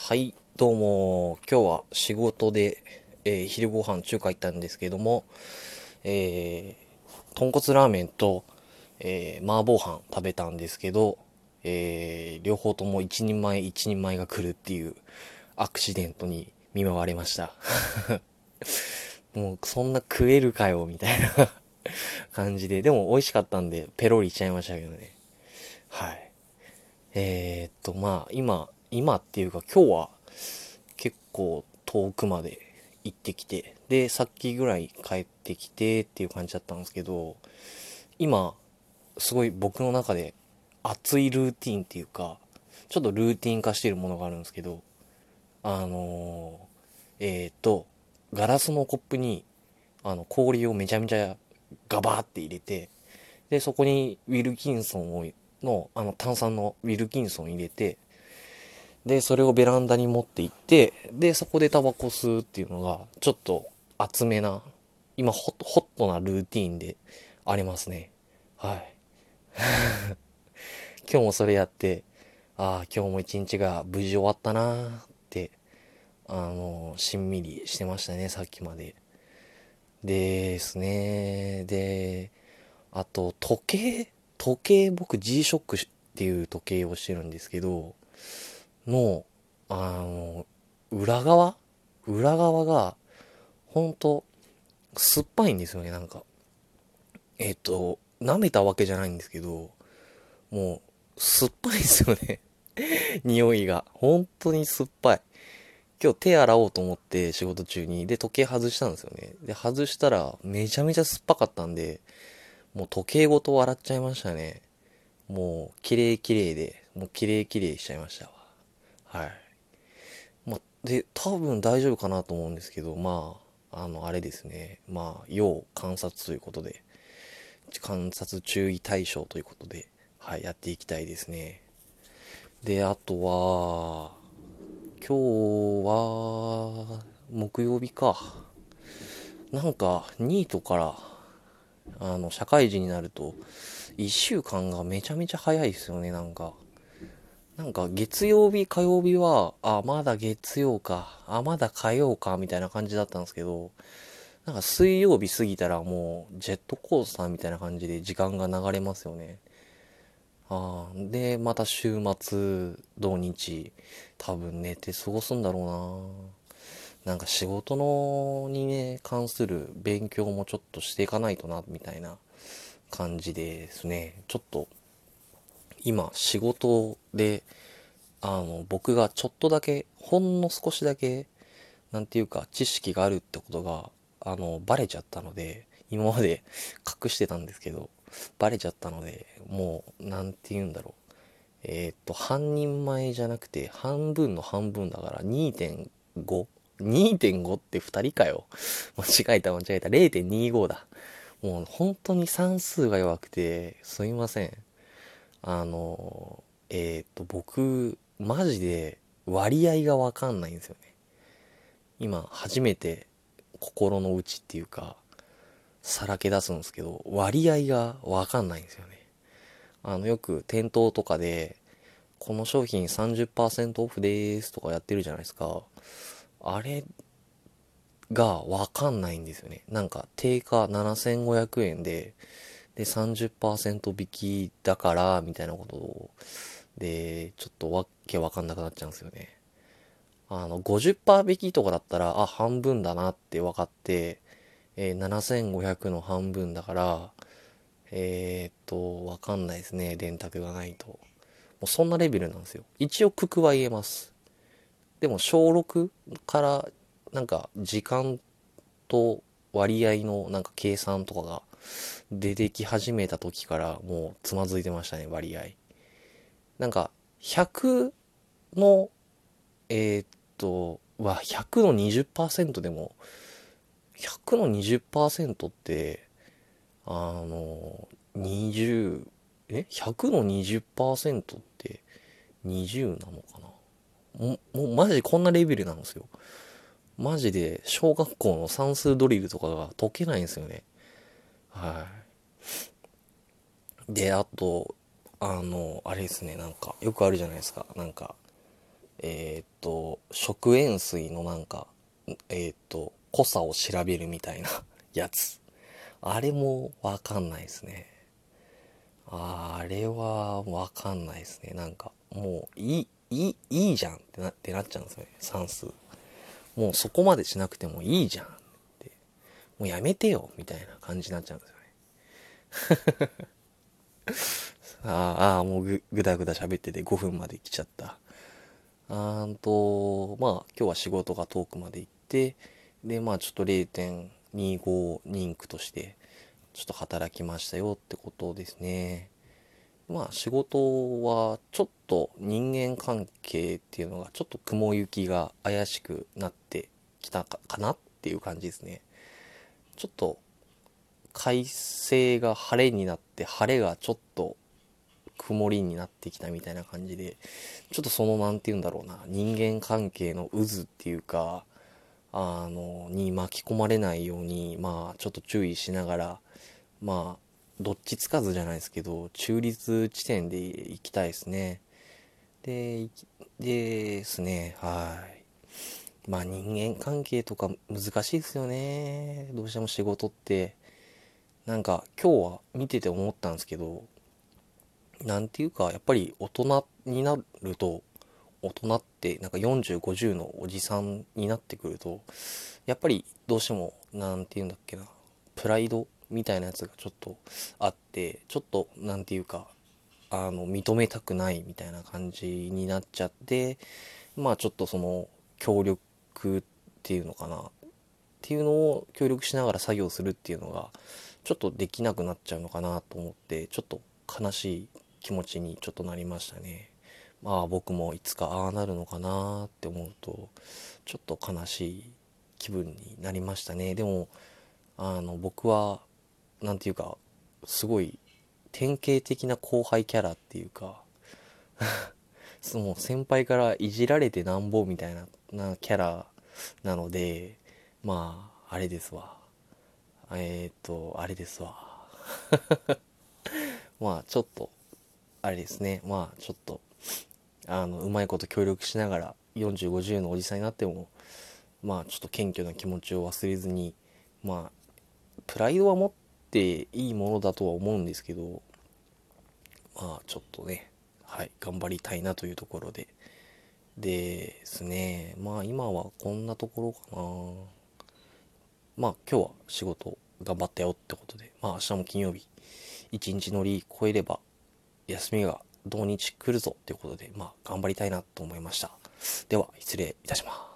はい、どうも、今日は仕事で、昼ご飯中華行ったんですけども、豚骨ラーメンと、麻婆飯食べたんですけど、両方とも一人前一人前が来るっていうアクシデントに見舞われました。もうそんな食えるかよ、みたいな感じで、でも美味しかったんで、ペロリしちゃいましたけどね。はい。まあ、今っていうか今日は結構遠くまで行ってきて、で、さっきぐらい帰ってきてっていう感じだったんですけど、今、すごい僕の中で熱いルーティンっていうか、ちょっとルーティン化してるものがあるんですけど、あのガラスのコップに、氷をめちゃめちゃガバーって入れて、で、そこにウィルキンソンの、炭酸のウィルキンソン入れて、で、それをベランダに持って行って、で、そこでタバコ吸うっていうのが、ちょっと厚めな、今ホットなルーティーンでありますね。はい。今日もそれやって、ああ、今日も一日が無事終わったなーって、しんみりしてましたね、さっきまで。ですね。で、あと、時計、僕 G-SHOCK っていう時計をしてるんですけど、の、あの、裏側裏側が、ほんと、酸っぱいんですよね、なんか。舐めたわけじゃないんですけど、もう、酸っぱいですよね。匂いが。本当に酸っぱい。今日手洗おうと思って仕事中に、で、時計外したんですよね。で、外したら、めちゃめちゃ酸っぱかったんで、もう時計ごと笑っちゃいましたね。もう、綺麗綺麗で、もう綺麗綺麗しちゃいましたわ。はい。で、多分大丈夫かなと思うんですけど、あれですね。要観察ということで、観察注意対象ということで、はい、やっていきたいですね。で、あとは、今日は、木曜日か。なんか、ニートから、社会人になると、一週間がめちゃめちゃ早いですよね、なんか。なんか月曜日、火曜日は、あ、まだ月曜か、あ、まだ火曜か、みたいな感じだったんですけど、なんか水曜日過ぎたらもうジェットコースターみたいな感じで時間が流れますよね。で、また週末、土日、多分寝て過ごすんだろうな。なんか仕事にね、関する勉強もちょっとしていかないとな、みたいな感じですね。ちょっと、今、仕事で、僕がちょっとだけ、ほんの少しだけ、なんていうか、知識があるってことが、バレちゃったので、今まで隠してたんですけど、バレちゃったので、もう、なんて言うんだろう。半人前じゃなくて、半分の半分だから 2.5？ 2.5 って2人かよ。間違えた。0.25 だ。もう本当に算数が弱くて、すいません。僕、マジで割合がわかんないんですよね。今、初めて心の内っていうか、さらけ出すんですけど、割合がわかんないんですよね。よく店頭とかで、この商品30%オフでーすとかやってるじゃないですか。あれがわかんないんですよね。なんか、定価7500円で、30%引きだから、みたいなことを、で、ちょっとわけわかんなくなっちゃうんですよね。50%引きとかだったら、あ、半分だなって分かって、7500の半分だから、わかんないですね。電卓がないと。もうそんなレベルなんですよ。一応、九九は言えます。でも、小6から、なんか、時間と割合の、なんか、計算とかが出てき始めた時から、もう、つまずいてましたね、割合。なんか、100の、100の20%でも、100の20%って、あの、20、100の20%って20なのかな。もうマジでこんなレベルなんですよ。マジで小学校の算数ドリルとかが解けないんですよね。はい。で、あと、あれですね、なんか、よくあるじゃないですか。なんか、 食塩水のなんか、濃さを調べるみたいなやつ。あれもわかんないですね。あれはわかんないですね。なんか、もう、いいじゃんってなっちゃうんですよね。算数。もうそこまでしなくてもいいじゃんって。もうやめてよみたいな感じになっちゃうんですよね。もうぐだぐだ喋ってて5分まで来ちゃった。まあ、今日は仕事が遠くまで行って、で、まあ、ちょっと0.25人区として、ちょっと働きましたよってことですね。まあ、仕事は、ちょっと人間関係っていうのが、ちょっと雲行きが怪しくなってきたかなっていう感じですね。ちょっと、快晴が晴れになって、晴れがちょっと曇りになってきたみたいな感じで、ちょっとそのなんて言うんだろうな、人間関係の渦っていうか、に巻き込まれないように、まあちょっと注意しながら、まあ、どっちつかずじゃないですけど、中立地点で行きたいですね。で、ですね、はい。まあ人間関係とか難しいですよね。どうしても仕事って。なんか今日は見てて思ったんですけど、なんていうか、やっぱり大人になると、大人ってなんか40、50のおじさんになってくると、やっぱりどうしても、なんていうんだっけな、プライドみたいなやつがちょっとあって、ちょっと、なんていうか、認めたくないみたいな感じになっちゃって、まあちょっとその、協力っていうのかな、っていうのを協力しながら作業するっていうのが、ちょっとできなくなっちゃうのかなと思って、ちょっと悲しい気持ちにちょっとなりましたね。まあ僕もいつかああなるのかなって思うと、ちょっと悲しい気分になりましたね。でも、僕は、なんていうか、すごい典型的な後輩キャラっていうか、その先輩からいじられてなんぼみたいなキャラなので、まあ、あれですわ。あれですわ。まあ、ちょっと、あれですね。まあ、ちょっと、うまいこと協力しながら、40、50のおじさんになっても、まあ、ちょっと謙虚な気持ちを忘れずに、まあ、プライドは持っていいものだとは思うんですけど、まあ、ちょっとね、はい、頑張りたいなというところで。ですね、まあ、今はこんなところかな。まあ、今日は仕事頑張ったよってことで、まあ、明日も金曜日、一日乗り越えれば、休みが土日来るぞっていうことで、まあ、頑張りたいなと思いました。では、失礼いたします。